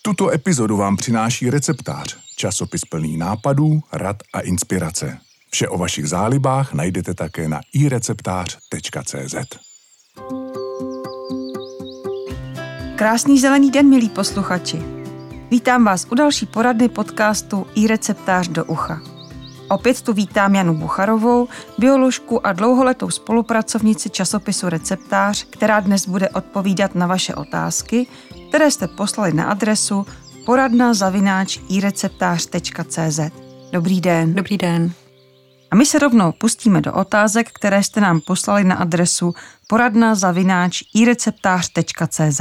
Tuto epizodu vám přináší Receptář, časopis plný nápadů, rad a inspirace. Vše o vašich zálibách najdete také na ireceptář.cz. Krásný zelený den, milí posluchači. Vítám vás u další porady podcastu iReceptář do ucha. Opět tu vítám Janu Bucharovou, bioložku a dlouholetou spolupracovnici časopisu Receptář, která dnes bude odpovídat na vaše otázky, které jste poslali na adresu poradna@ireceptář.cz. Dobrý den. Dobrý den. A my se rovnou pustíme do otázek, které jste nám poslali na adresu poradna@ireceptář.cz.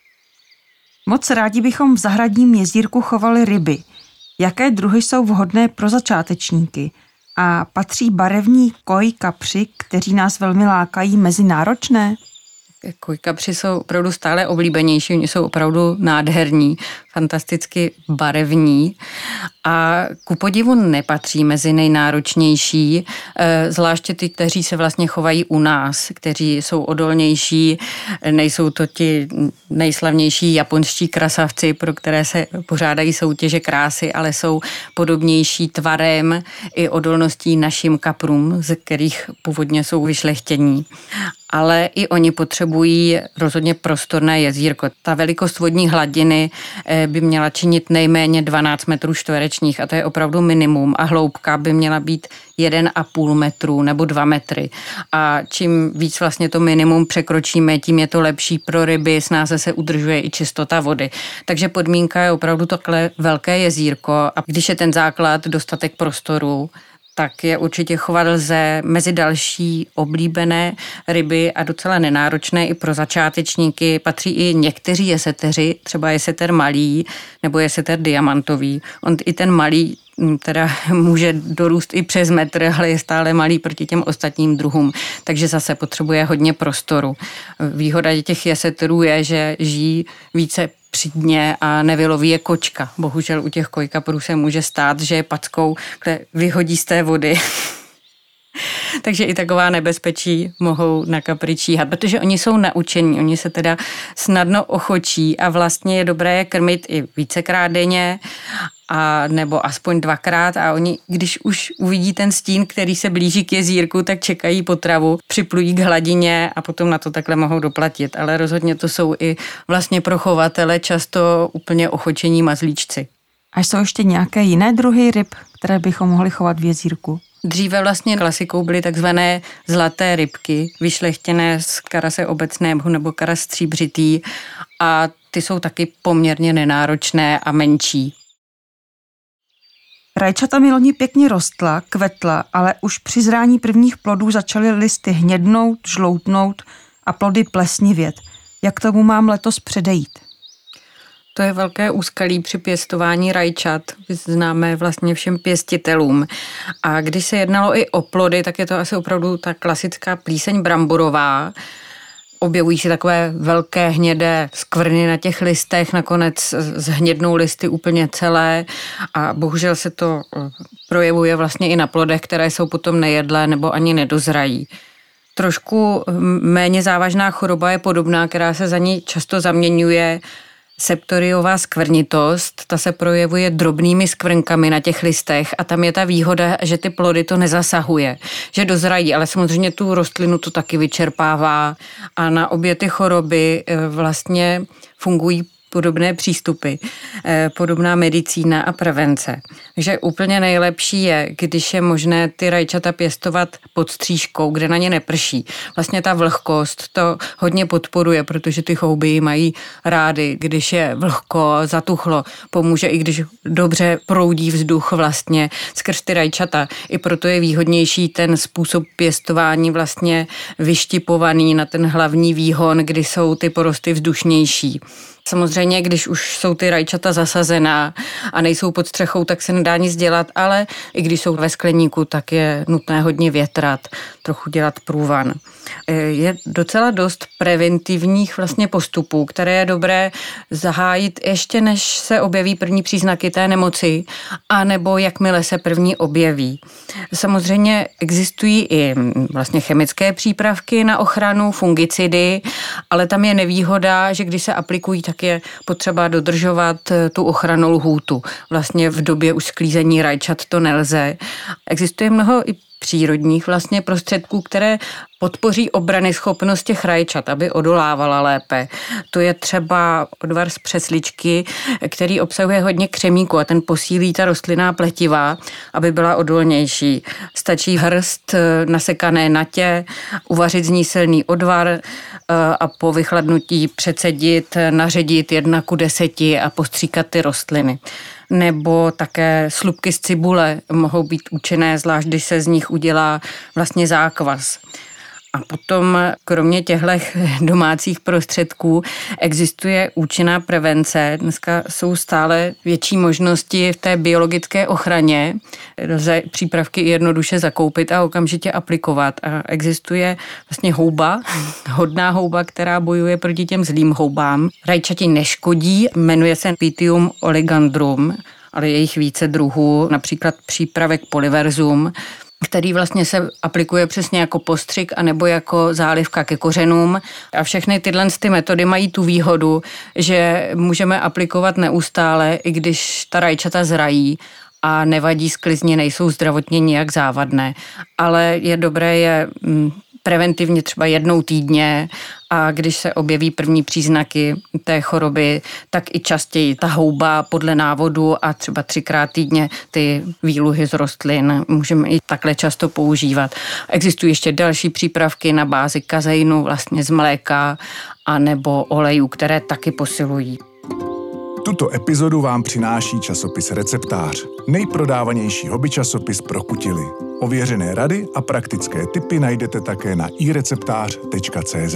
Moc rádi bychom v zahradním jezírku chovali ryby. Jaké druhy jsou vhodné pro začátečníky? A patří barevní koi kapři, kteří nás velmi lákají, mezi náročné? Koi kapři jsou opravdu stále oblíbenější, oni jsou opravdu nádherní, fantasticky barevní a ku podivu nepatří mezi nejnáročnější, zvláště ty, kteří se vlastně chovají u nás, kteří jsou odolnější, nejsou to ti nejslavnější japonští krasavci, pro které se pořádají soutěže krásy, ale jsou podobnější tvarem i odolností našim kaprům, ze kterých původně jsou vyšlechtění. Ale i oni potřebují rozhodně prostorné jezírko. Ta velikost vodní hladiny by měla činit nejméně 12 metrů čtverečních a to je opravdu minimum a hloubka by měla být 1,5 metru nebo 2 metry. A čím víc vlastně to minimum překročíme, tím je to lepší pro ryby, snáze se udržuje i čistota vody. Takže podmínka je opravdu takhle velké jezírko a když je ten základ dostatek prostoru, tak je určitě chovat lze. Mezi další oblíbené ryby a docela nenáročné i pro začátečníky patří i někteří jeseteři, třeba jeseter malý nebo jeseter diamantový. On i ten malý teda může dorůst i přes metr, ale je stále malý proti těm ostatním druhům, takže zase potřebuje hodně prostoru. Výhoda těch jeseterů je, že žijí více při dně a nevyloví je kočka. Bohužel u těch koi kaprů se může stát, že je packou vyhodí z té vody. Takže i taková nebezpečí mohou na kapry číhat, protože oni jsou naučení, oni se teda snadno ochočí a vlastně je dobré je krmit i vícekrát denně a nebo aspoň 2krát a oni, když už uvidí ten stín, který se blíží k jezírku, tak čekají potravu, připlují k hladině a potom na to takhle mohou doplatit. Ale rozhodně to jsou i vlastně pro chovatele často úplně ochočení mazlíčci. A jsou ještě nějaké jiné druhy ryb, které bychom mohli chovat v jezírku? Dříve vlastně klasikou byly takzvané zlaté rybky, vyšlechtěné z karase obecného nebo karas stříbřitý a ty jsou taky poměrně nenáročné a menší. Rajčata mi loni pěkně rostla, kvetla, ale už při zrání prvních plodů začaly listy hnědnout, žloutnout a plody plesnivět. Jak tomu mám letos předejít? To je velké úskalí při pěstování rajčat, známé vlastně všem pěstitelům. A když se jednalo i o plody, tak je to asi opravdu ta klasická plíseň bramborová. Objevují se takové velké hnědé skvrny na těch listech, nakonec zhnědnou listy úplně celé a bohužel se to projevuje vlastně i na plodech, které jsou potom nejedlé nebo ani nedozrají. Trošku méně závažná choroba je podobná, která se za ní často zaměňuje, septoriová skvrnitost, ta se projevuje drobnými skvrnkami na těch listech a tam je ta výhoda, že ty plody to nezasahuje, že dozrají, ale samozřejmě tu rostlinu to taky vyčerpává a na obě ty choroby vlastně fungují podobné přístupy, podobná medicína a prevence. Takže úplně nejlepší je, když je možné ty rajčata pěstovat pod střížkou, kde na ně neprší. Vlastně ta vlhkost to hodně podporuje, protože ty houby mají rády, když je vlhko, zatuchlo, pomůže i když dobře proudí vzduch vlastně skrz ty rajčata. I proto je výhodnější ten způsob pěstování vlastně vyštipovaný na ten hlavní výhon, kdy jsou ty porosty vzdušnější. Samozřejmě, když už jsou ty rajčata zasazená a nejsou pod střechou, tak se nedá nic dělat, ale i když jsou ve skleníku, tak je nutné hodně větrat, trochu dělat průvan. Je docela dost preventivních vlastně postupů, které je dobré zahájit ještě než se objeví první příznaky té nemoci, anebo jakmile se první objeví. Samozřejmě existují i vlastně chemické přípravky na ochranu, fungicidy, ale tam je nevýhoda, že když se aplikují, tak tak je potřeba dodržovat tu ochrannou lhůtu. Vlastně v době už sklízení rajčat to nelze. Existuje mnoho i přírodních vlastně prostředků, které podpoří obranyschopnost těch rajčat, aby odolávala lépe. To je třeba odvar z přesličky, který obsahuje hodně křemíku a ten posílí ta rostlinná pletiva, aby byla odolnější. Stačí hrst nasekané natě, uvařit z ní silný odvar a po vychladnutí přecedit, naředit 1:10 a postříkat ty rostliny. Nebo také slupky z cibule mohou být účinné, zvlášť když se z nich udělá vlastně zákvas. A potom kromě těchto domácích prostředků existuje účinná prevence. Dneska jsou stále větší možnosti v té biologické ochraně. Lze přípravky jednoduše zakoupit a okamžitě aplikovat. A existuje vlastně houba, hodná houba, která bojuje proti těm zlým houbám. Rajčati neškodí, jmenuje se Pythium oligandrum, ale je jich více druhů, například přípravek Polyverzum, který vlastně se aplikuje přesně jako postřik anebo jako zálivka ke kořenům. A všechny tyhle metody mají tu výhodu, že můžeme aplikovat neustále, i když ta rajčata zrají a nevadí sklizni, nejsou zdravotně nijak závadné. Ale je dobré je preventivně třeba 1 týdně a když se objeví první příznaky té choroby, tak i častěji ta houba podle návodu a třeba 3krát týdně ty výluhy z rostlin můžeme i takhle často používat. Existují ještě další přípravky na bázi kazeinu, vlastně z mléka a nebo olejů, které taky posilují. Tuto epizodu vám přináší časopis Receptář, nejprodávanější hobby časopis pro kutily. Ověřené rady a praktické tipy najdete také na ireceptář.cz.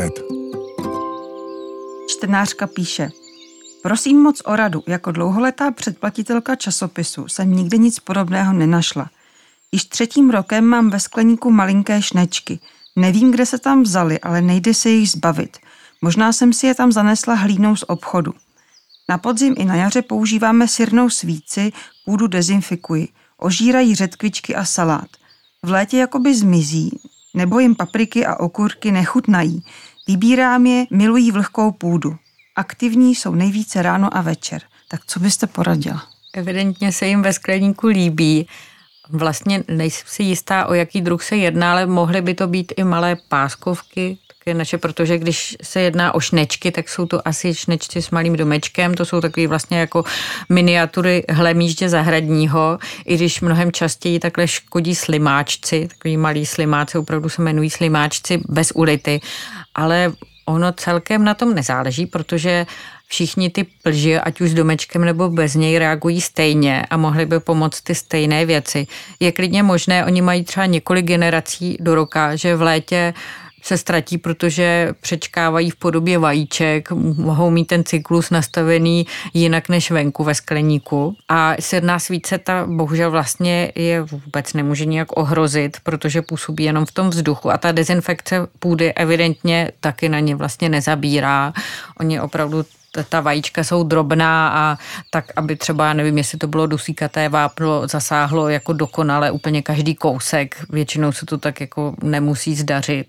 Čtenářka píše: Prosím moc o radu, jako dlouholetá předplatitelka časopisu jsem nikdy nic podobného nenašla. Již 3. rokem mám ve skleníku malinké šnečky. Nevím, kde se tam vzaly, ale nejde se jich zbavit. Možná jsem si je tam zanesla hlínou z obchodu. Na podzim i na jaře používáme sirnou svíci, půdu dezinfikuji. Ožírají řetkvičky a salát. V létě jakoby zmizí, nebo jim papriky a okurky nechutnají. Vybírám je, milují vlhkou půdu. Aktivní jsou nejvíce ráno a večer. Tak co byste poradila? Evidentně se jim ve skleníku líbí. Vlastně nejsem si jistá, o jaký druh se jedná, ale mohly by to být i malé páskovky, protože když se jedná o šnečky, tak jsou to asi šnečci s malým domečkem, to jsou takový vlastně jako miniatury hlemíždě zahradního, i když mnohem častěji takhle škodí slimáčci, takový malí slimáci, opravdu se jmenují slimáčci bez ulity, ale ono celkem na tom nezáleží, protože všichni ty plži, ať už s domečkem nebo bez něj, reagují stejně a mohly by pomoct ty stejné věci. Je klidně možné, oni mají třeba několik generací do roka, že v létě se ztratí, protože přečkávají v podobě vajíček, mohou mít ten cyklus nastavený jinak než venku ve skleníku. A sirná svíce ta bohužel vlastně je vůbec nemůže nijak ohrozit, protože působí jenom v tom vzduchu a ta dezinfekce půdy evidentně taky na ně vlastně nezabírá. Oni opravdu ta vajíčka jsou drobná a tak, aby třeba, nevím, jestli to bylo dusíkaté vápno, zasáhlo jako dokonale úplně každý kousek. Většinou se to tak jako nemusí zdařit.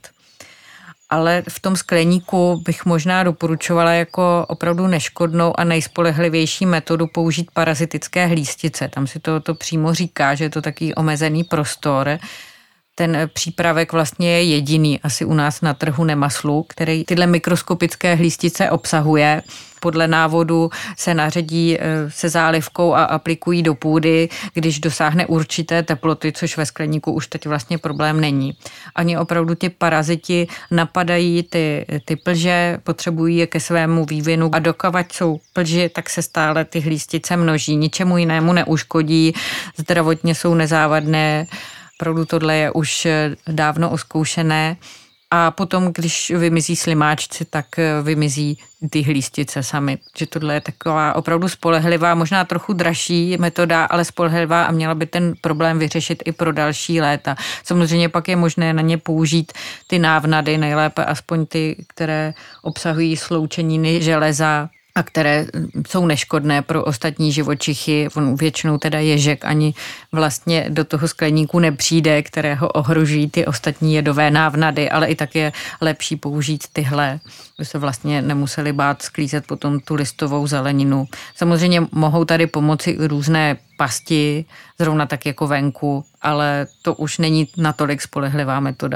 Ale v tom skleníku bych možná doporučovala jako opravdu neškodnou a nejspolehlivější metodu použít parazitické hlístice. Tam si to přímo říká, že je to takový omezený prostor. Ten přípravek vlastně je jediný asi u nás na trhu Nemaslu, který tyhle mikroskopické hlístice obsahuje. Podle návodu se naředí se zálivkou a aplikují do půdy, když dosáhne určité teploty, což ve skleníku už teď vlastně problém není. Ani opravdu ti paraziti napadají ty plže, potřebují je ke svému vývinu a dokavať jsou plži, tak se stále ty hlístice množí. Ničemu jinému neuškodí, zdravotně jsou nezávadné. Opravdu tohle je už dávno oskoušené a potom, když vymizí slimáčci, tak vymizí ty hlístice sami. Že tohle je taková opravdu spolehlivá, možná trochu dražší metoda, ale spolehlivá a měla by ten problém vyřešit i pro další léta. Samozřejmě pak je možné na ně použít ty návnady, nejlépe aspoň ty, které obsahují sloučeniny železa a které jsou neškodné pro ostatní živočichy. On většinou teda ježek ani vlastně do toho skleníku nepřijde, kterého ohrožují ty ostatní jedové návnady, ale i tak je lepší použít tyhle, aby se vlastně nemuseli bát sklízet potom tu listovou zeleninu. Samozřejmě mohou tady pomoci různé pasti, zrovna tak jako venku, ale to už není natolik spolehlivá metoda.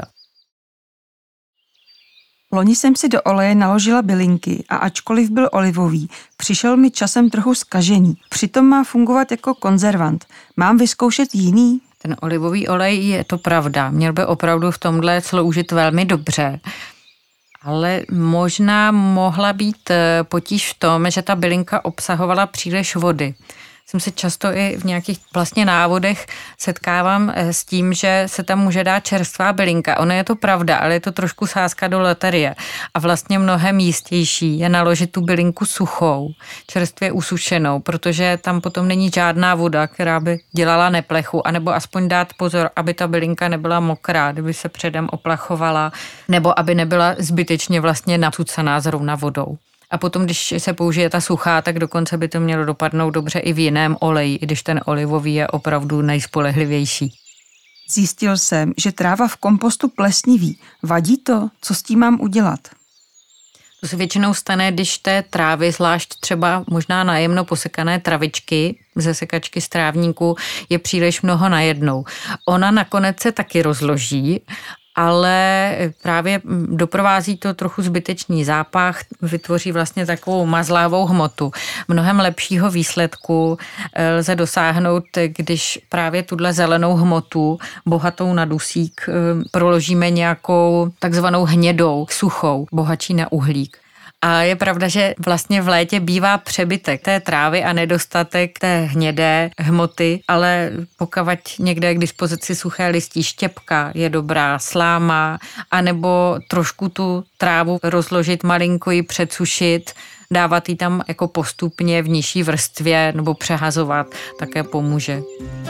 Loni jsem si do oleje naložila bylinky a ačkoliv byl olivový, přišel mi časem trochu zkažený. Přitom má fungovat jako konzervant. Mám vyzkoušet jiný? Ten olivový olej, je to pravda, měl by opravdu v tomhle sloužit velmi dobře. Ale možná mohla být potíž v tom, že ta bylinka obsahovala příliš vody. Jsem se často i v nějakých vlastně návodech setkávám s tím, že se tam může dát čerstvá bylinka. Ono je to pravda, ale je to trošku sázka do loterie. A vlastně mnohem jistější je naložit tu bylinku suchou, čerstvě usušenou, protože tam potom není žádná voda, která by dělala neplechu, anebo aspoň dát pozor, aby ta bylinka nebyla mokrá, kdyby se předem oplachovala, nebo aby nebyla zbytečně vlastně nacucaná zrovna vodou. A potom, když se použije ta suchá, tak dokonce by to mělo dopadnout dobře i v jiném oleji, i když ten olivový je opravdu nejspolehlivější. Zjistil jsem, že tráva v kompostu plesniví. Vadí to? Co s tím mám udělat? To se většinou stane, když té trávy, zvlášť třeba možná najemno posekané travičky ze sekačky z trávníku, je příliš mnoho najednou. Ona nakonec se taky rozloží, ale právě doprovází to trochu zbytečný zápach, vytvoří vlastně takovou mazlávou hmotu. Mnohem lepšího výsledku lze dosáhnout, když právě tuhle zelenou hmotu, bohatou na dusík, proložíme nějakou takzvanou hnědou, suchou, bohatší na uhlík. A je pravda, že vlastně v létě bývá přebytek té trávy a nedostatek té hnědé hmoty, ale pokud někde je k dispozici suché listí, štěpka je dobrá, sláma, anebo trošku tu trávu rozložit, malinko ji předsušit, dávat ji tam jako postupně v nižší vrstvě nebo přehazovat, také pomůže.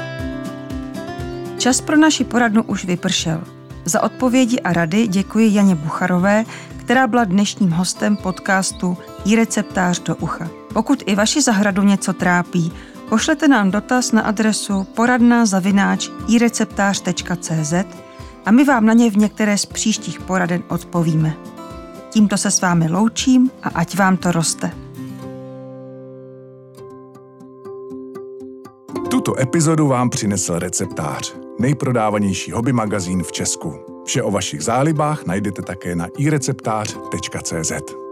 Čas pro naši poradnu už vypršel. Za odpovědi a rady děkuji Janě Bucharové, která byla dnešním hostem podcastu iReceptář do ucha. Pokud i vaši zahradu něco trápí, pošlete nám dotaz na adresu poradna@ireceptář.cz a my vám na ně v některé z příštích poraden odpovíme. Tímto se s vámi loučím a ať vám to roste. Tuto epizodu vám přinesl Receptář, nejprodávanější hobby magazín v Česku. Vše o vašich zálibách najdete také na ireceptář.cz.